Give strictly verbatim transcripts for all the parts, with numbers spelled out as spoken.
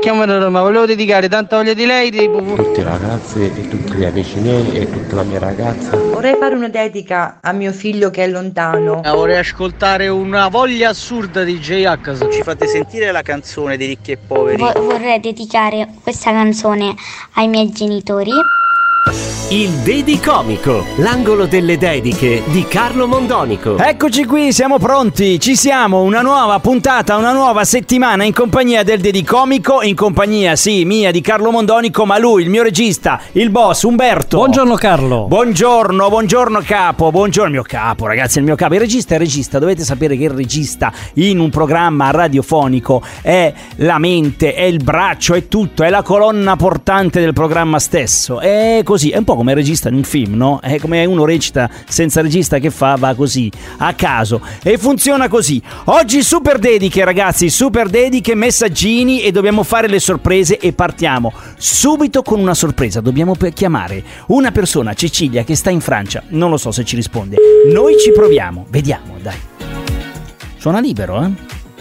chiamare da Roma, volevo dedicare tanta voglia di lei tipo... tutti i ragazzi e tutti gli amici miei e tutta la mia ragazza. Vorrei fare una dedica a mio figlio che è lontano. Vorrei ascoltare una voglia assurda di J-H. Ci fate sentire la canzone di Ricchi e Poveri? Vo- vorrei dedicare questa canzone ai miei genitori. Il Dedicomico, l'angolo delle dediche di Carlo Mondonico. Eccoci qui, siamo pronti, ci siamo, una nuova puntata, una nuova settimana in compagnia del Dedicomico, in compagnia, sì, mia, di Carlo Mondonico, ma lui, il mio regista, il boss, Umberto. Buongiorno Carlo. Buongiorno, buongiorno capo, buongiorno il mio capo, ragazzi, il mio capo. Il regista è il regista, dovete sapere che il regista in un programma radiofonico è la mente, è il braccio, è tutto, è la colonna portante del programma stesso, è così. È un po' come il regista in un film, no? È come uno recita senza regista, che fa? Va così, a caso. E funziona così. Oggi super dediche, ragazzi, super dediche, messaggini, e dobbiamo fare le sorprese e partiamo subito con una sorpresa. Dobbiamo chiamare una persona, Cecilia, che sta in Francia. Non lo so se ci risponde. Noi ci proviamo, vediamo, dai. Suona libero, eh?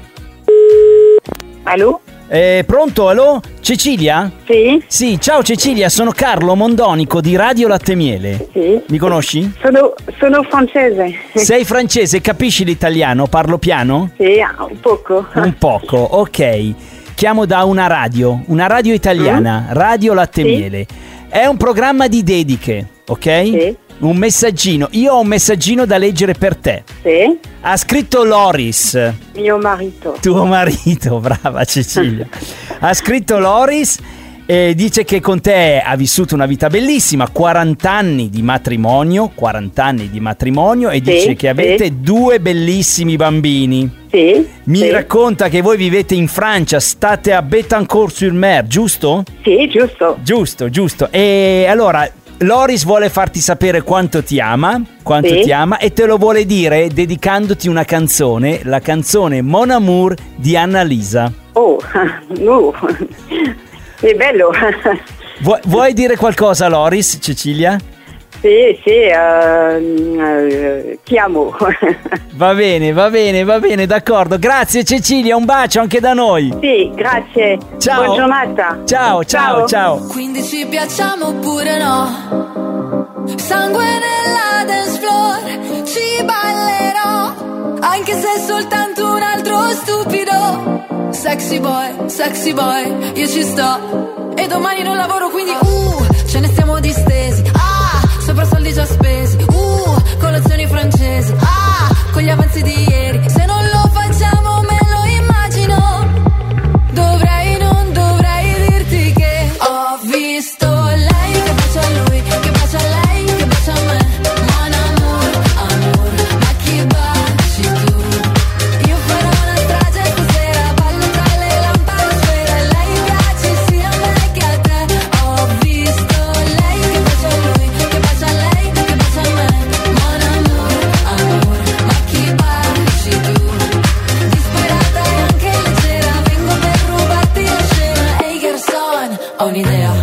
Allo? Eh, pronto, allo? Cecilia? Sì. Sì, ciao Cecilia, sono Carlo Mondonico di Radio Latte Miele. Sì. Mi conosci? Sono, sono francese. Sei francese, capisci l'italiano? Parlo piano? Sì, un poco. Un poco, ok. Chiamo da una radio, una radio italiana, mm? Radio Latte sì. Miele. È un programma di dediche, ok? Sì. Un messaggino, io ho un messaggino da leggere per te. Sì. Ha scritto Loris. Mio marito. Tuo marito, brava Cecilia. Ha scritto Loris e dice che con te ha vissuto una vita bellissima, quaranta anni di matrimonio, quaranta anni di matrimonio, e sì, dice che avete sì. due bellissimi bambini. Sì. Mi sì. racconta che voi vivete in Francia, state a Betancourt-sur-Mer, giusto? Sì, giusto. Giusto, giusto. E allora Loris vuole farti sapere quanto ti ama, quanto sì. ti ama, e te lo vuole dire dedicandoti una canzone, la canzone Mon Amour di Annalisa. Oh, no. È bello. Vu- vuoi dire qualcosa, Loris, Cecilia? Sì, sì, uh, uh, ti amo. Va bene, va bene, va bene, d'accordo. Grazie Cecilia, un bacio anche da noi. Sì, grazie. Ciao. Buona giornata. Ciao, ciao, ciao, ciao. Quindi ci piacciamo oppure no? Sangue nella dance floor, ci ballerò, anche se è soltanto un altro stupido. Sexy boy, sexy boy, io ci sto. E domani non lavoro, quindi uh, ce ne stiamo distesi. Ah, sopra soldi già spesi. Uh, colazioni francesi. Ah, con gli avanzi di ieri. Se non lo facciamo me lo immagino. Dovrei, non dovrei dirti che ho visto lei che bacia a lui, che bacia a lei, che bacia a me. Mon amour, amour, ma chi baci tu? Io farò una strage stasera, ballo tra le lampade, lei piace sia a me che a te. Ho visto lei che bacia a lui, che bacia a lei, che bacia a me. Mon amour, amour, ma chi baci tu? Disperata e anche leggera, vengo per rubarti la scena. Ehi garçon, ho un'idea.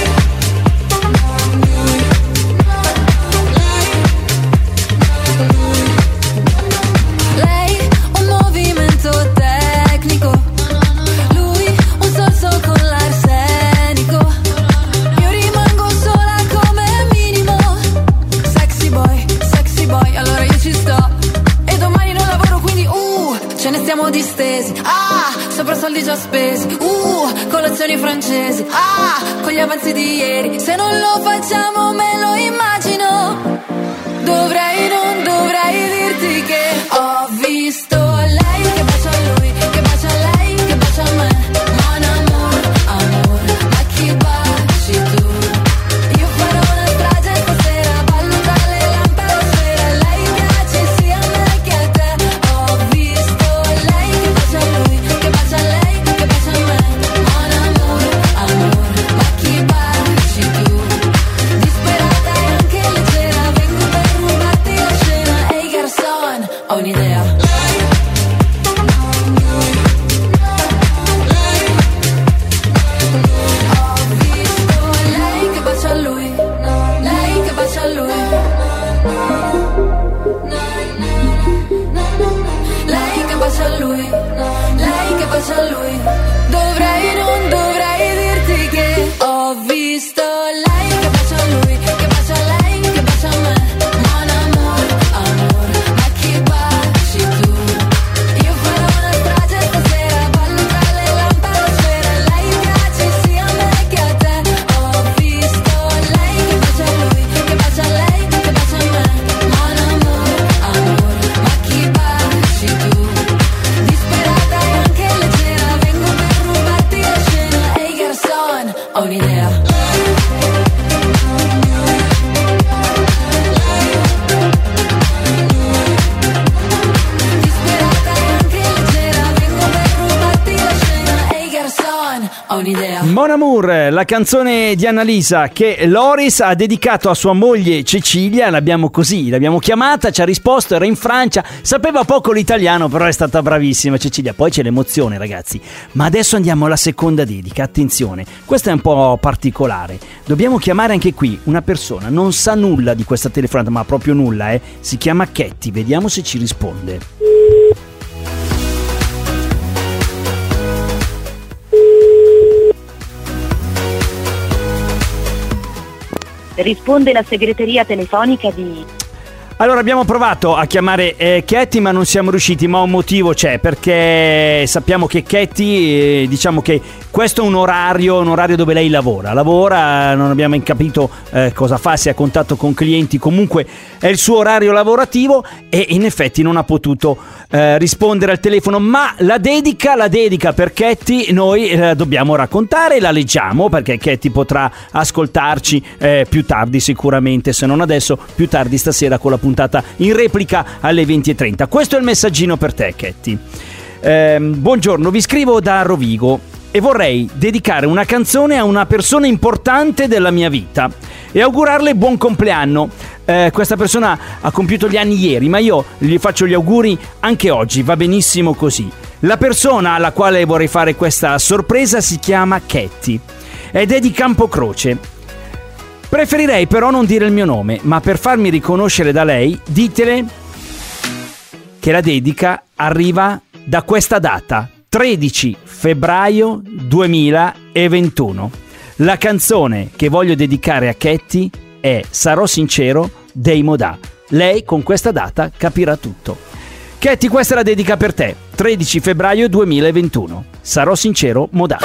Lei un movimento tecnico, lui un sorso con l'arsenico. Io rimango sola come minimo. Sexy boy, sexy boy, allora io ci sto. E domani non lavoro, quindi uh, ce ne stiamo distesi. Ah, sopra soldi già spesi. Uh, colazioni francesi. Ah, con gli avanzi di ieri. Se non lo facciamo me lo immagino. Dovrei, non dovrei dirti che ho visto lei che bacia a lui, che bacia a lei, che bacia a me. Mon amour, amour, ma chi baci tu? Io farò una strage stasera, ballo tra le lampade, lei piace sia a me che a te. Ho visto lei che bacia a lui, che bacia a lei, che bacia a me. Mon amour, amour, ma chi baci tu? Disperata e anche leggera, vengo per rubarti one, ho un'idea. Mon Amour, la canzone di Annalisa che Loris ha dedicato a sua moglie Cecilia. L'abbiamo così, l'abbiamo chiamata, ci ha risposto, era in Francia, sapeva poco l'italiano, però è stata bravissima Cecilia. Poi c'è l'emozione, ragazzi. Ma adesso andiamo alla seconda dedica, attenzione, questa è un po' particolare. Dobbiamo chiamare anche qui una persona, non sa nulla di questa telefonata, ma proprio nulla, eh. Si chiama Ketty, vediamo se ci risponde. Risponde la segreteria telefonica di... Allora abbiamo provato a chiamare eh, Ketty, ma non siamo riusciti, ma un motivo c'è, perché sappiamo che Ketty, eh, diciamo che questo è un orario, un orario dove lei lavora, lavora, non abbiamo capito eh, cosa fa, se ha contatto con clienti, comunque è il suo orario lavorativo e in effetti non ha potuto eh, rispondere al telefono, ma la dedica, la dedica per Ketty noi eh, dobbiamo raccontare, la leggiamo perché Ketty potrà ascoltarci eh, più tardi sicuramente, se non adesso, più tardi stasera con la puntata in replica alle venti e trenta. Questo è il messaggino per te, Ketty. Eh, buongiorno, vi scrivo da Rovigo e vorrei dedicare una canzone a una persona importante della mia vita e augurarle buon compleanno. Eh, questa persona ha compiuto gli anni ieri, ma io gli faccio gli auguri anche oggi, va benissimo così. La persona alla quale vorrei fare questa sorpresa si chiama Ketty ed è di Campocroce. Preferirei però non dire il mio nome, ma per farmi riconoscere da lei, ditele che la dedica arriva da questa data, tredici febbraio duemilaventuno. La canzone che voglio dedicare a Ketty è Sarò sincero dei Modà. Lei con questa data capirà tutto. Ketty, questa è la dedica per te, tredici febbraio duemilaventuno. Sarò sincero, Modà.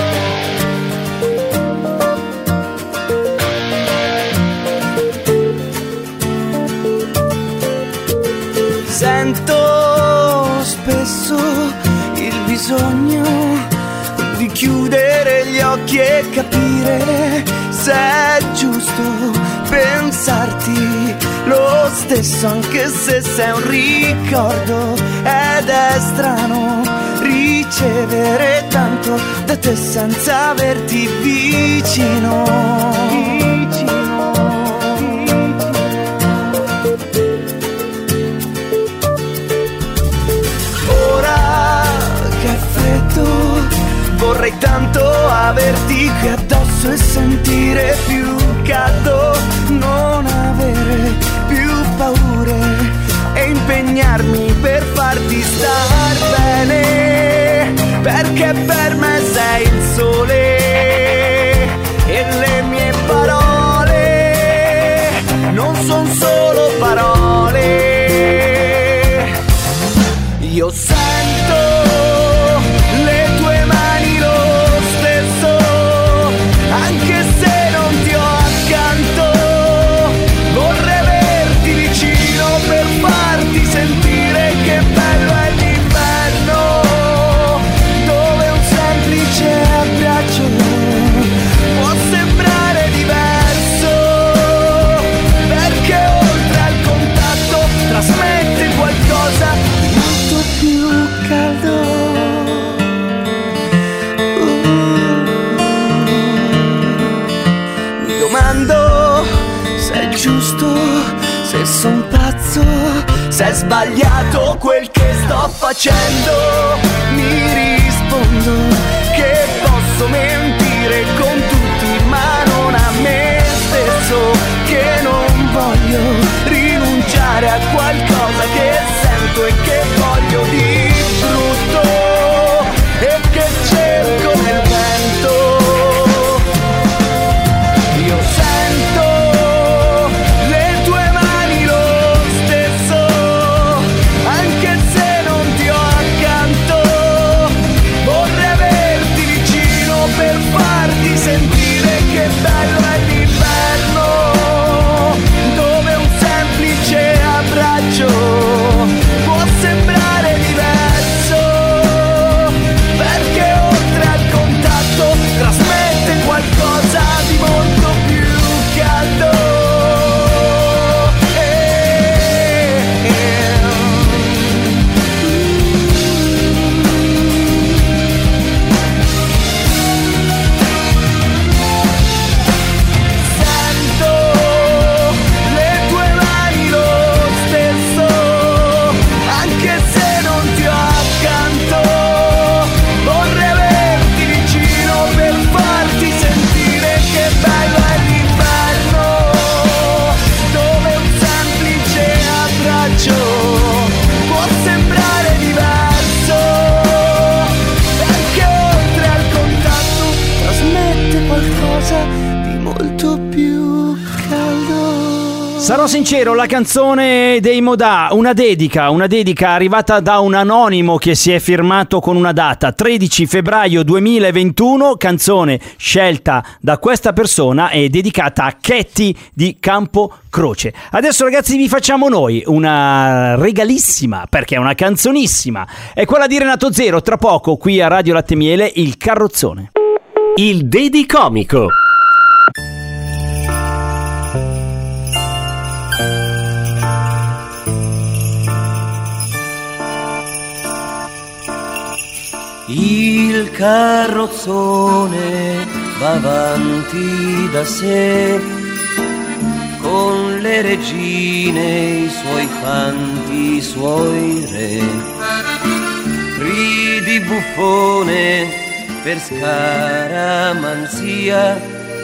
Sento spesso il bisogno di chiudere gli occhi e capire se è giusto pensarti lo stesso, anche se sei un ricordo ed è strano ricevere tanto da te senza averti vicino. vicino. Vorrei tanto averti qui addosso e sentire più caldo, non avere più paure e impegnarmi per farti star bene, perché per me sei il sole e le mie parole non son solo parole. Io sento son pazzo, se è sbagliato quel che sto facendo, mi rispondo che posso mentire con tutti ma non a me stesso, che non voglio rinunciare a qualcosa che sento e che voglio di brutto e che cerco nel vento. Io sento vicino Sarò sincero, la canzone dei Modà, una dedica, una dedica arrivata da un anonimo che si è firmato con una data, tredici febbraio duemilaventuno, canzone scelta da questa persona e dedicata a Katy di Campocroce. Adesso ragazzi vi facciamo noi una regalissima, perché è una canzonissima, è quella di Renato Zero, tra poco qui a Radio Latte Miele, Il Carrozzone. Il Dedicomico. Il carrozzone va avanti da sé, con le regine, i suoi fanti, i suoi re. Ridi buffone per scaramanzia,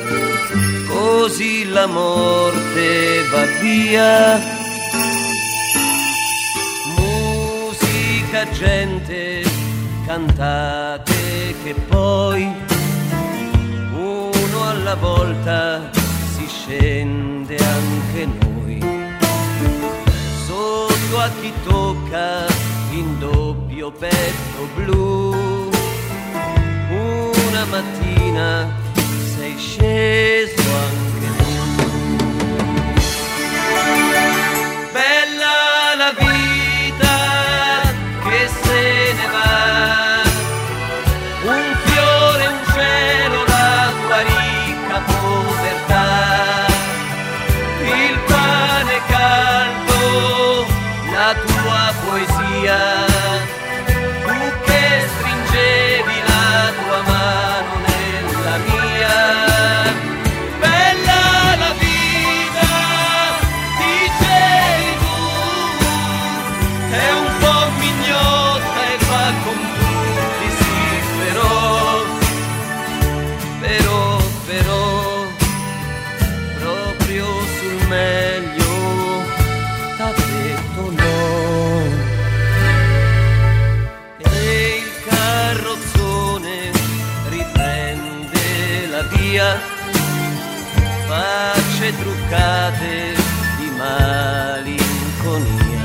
così la morte va via. Musica, gente, cantate che poi uno alla volta si scende anche noi. Sotto a chi tocca in doppio petto blu, una mattina sei sceso anche tu. Bella la vita che se ne va, un fiore, un cielo, la tua ricca povertà, il pane caldo, la tua poesia, tu che stringevi la tua mano nella mia. Bella la vita, dicevi tu, è un po' mignotta e va con tutti, sì, però, però, però, proprio sul meglio t'ha detto no. E il carrozzone riprende la via, facce truccate di malinconia.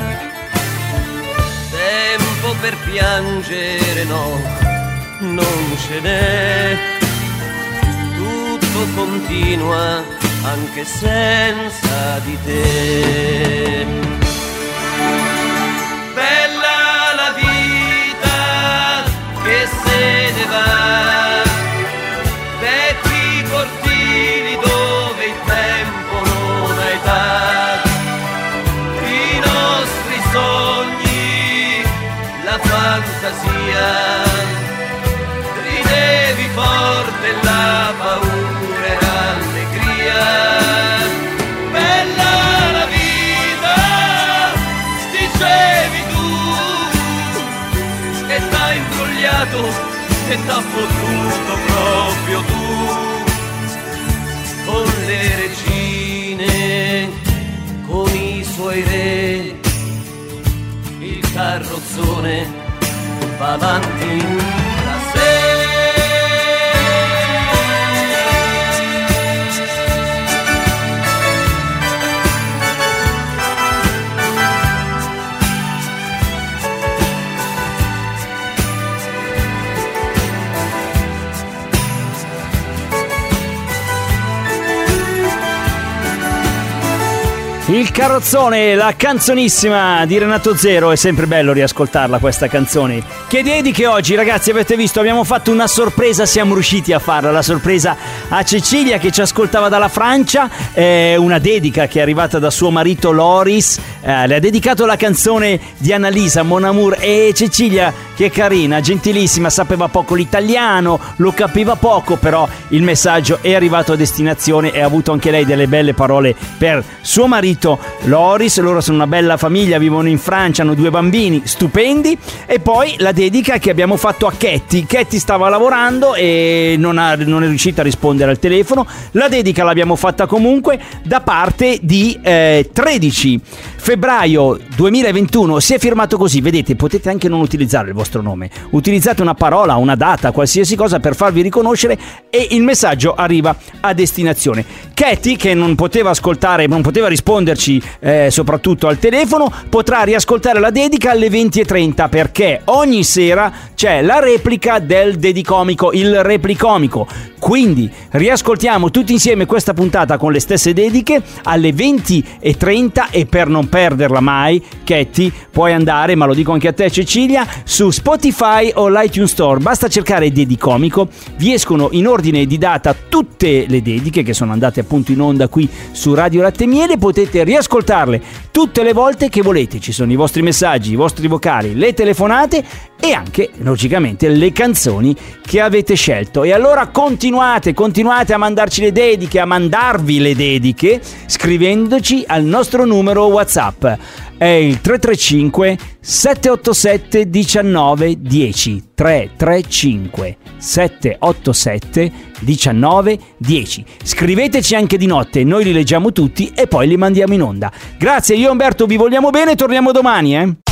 Tempo per piangere no, non ce n'è, tutto continua anche senza di te. Bella la vita che se ne va, vecchi cortili dove il tempo non ha età, i nostri sogni, la fantasia, ridevi forte la paura e l'allegria. Bella la vita, dicevi tu, e t'ha imbrogliato e t'ha fottuto proprio tu, con le regine, con i suoi re. Il carrozzone va avanti da sé. Il carrozzone, la canzonissima di Renato Zero, è sempre bello riascoltarla questa canzone. Che dediche oggi ragazzi, avete visto, abbiamo fatto una sorpresa, siamo riusciti a farla, la sorpresa a Cecilia che ci ascoltava dalla Francia, eh, una dedica che è arrivata da suo marito Loris, eh, le ha dedicato la canzone di Annalisa, Mon Amour, e Cecilia, che carina, gentilissima, sapeva poco l'italiano, lo capiva poco, però il messaggio è arrivato a destinazione e ha avuto anche lei delle belle parole per suo marito Loris. Loro sono una bella famiglia, vivono in Francia, hanno due bambini stupendi. E poi la dedica che abbiamo fatto a Katy. Katy stava lavorando e non, ha, non è riuscita a rispondere al telefono. La dedica l'abbiamo fatta comunque da parte di eh, tredici febbraio duemilaventuno. Si è firmato così, vedete, potete anche non utilizzare il vostro nome, utilizzate una parola, una data, qualsiasi cosa per farvi riconoscere e il messaggio arriva a destinazione. Katy, che non poteva ascoltare, non poteva rispondere risponderci eh, soprattutto al telefono, potrà riascoltare la dedica alle venti e trenta, perché ogni sera c'è la replica del Dedicomico, il Replicomico. Quindi riascoltiamo tutti insieme questa puntata con le stesse dediche alle venti e trenta, e per non perderla mai, Ketty, puoi andare, ma lo dico anche a te Cecilia, su Spotify o l'iTunes Store. Basta cercare Dedicomico, vi escono in ordine di data tutte le dediche che sono andate appunto in onda qui su Radio Latte e Miele. Potete riascoltarle tutte le volte che volete, ci sono i vostri messaggi, i vostri vocali, le telefonate e anche logicamente le canzoni che avete scelto. E allora continuate, continuate a mandarci le dediche, a mandarvi le dediche scrivendoci al nostro numero WhatsApp. È il tre tre cinque sette otto sette uno nove uno zero, tre tre cinque sette otto sette uno nove uno zero. Scriveteci anche di notte, noi li leggiamo tutti e poi li mandiamo in onda. Grazie, io e Umberto vi vogliamo bene, torniamo domani, eh?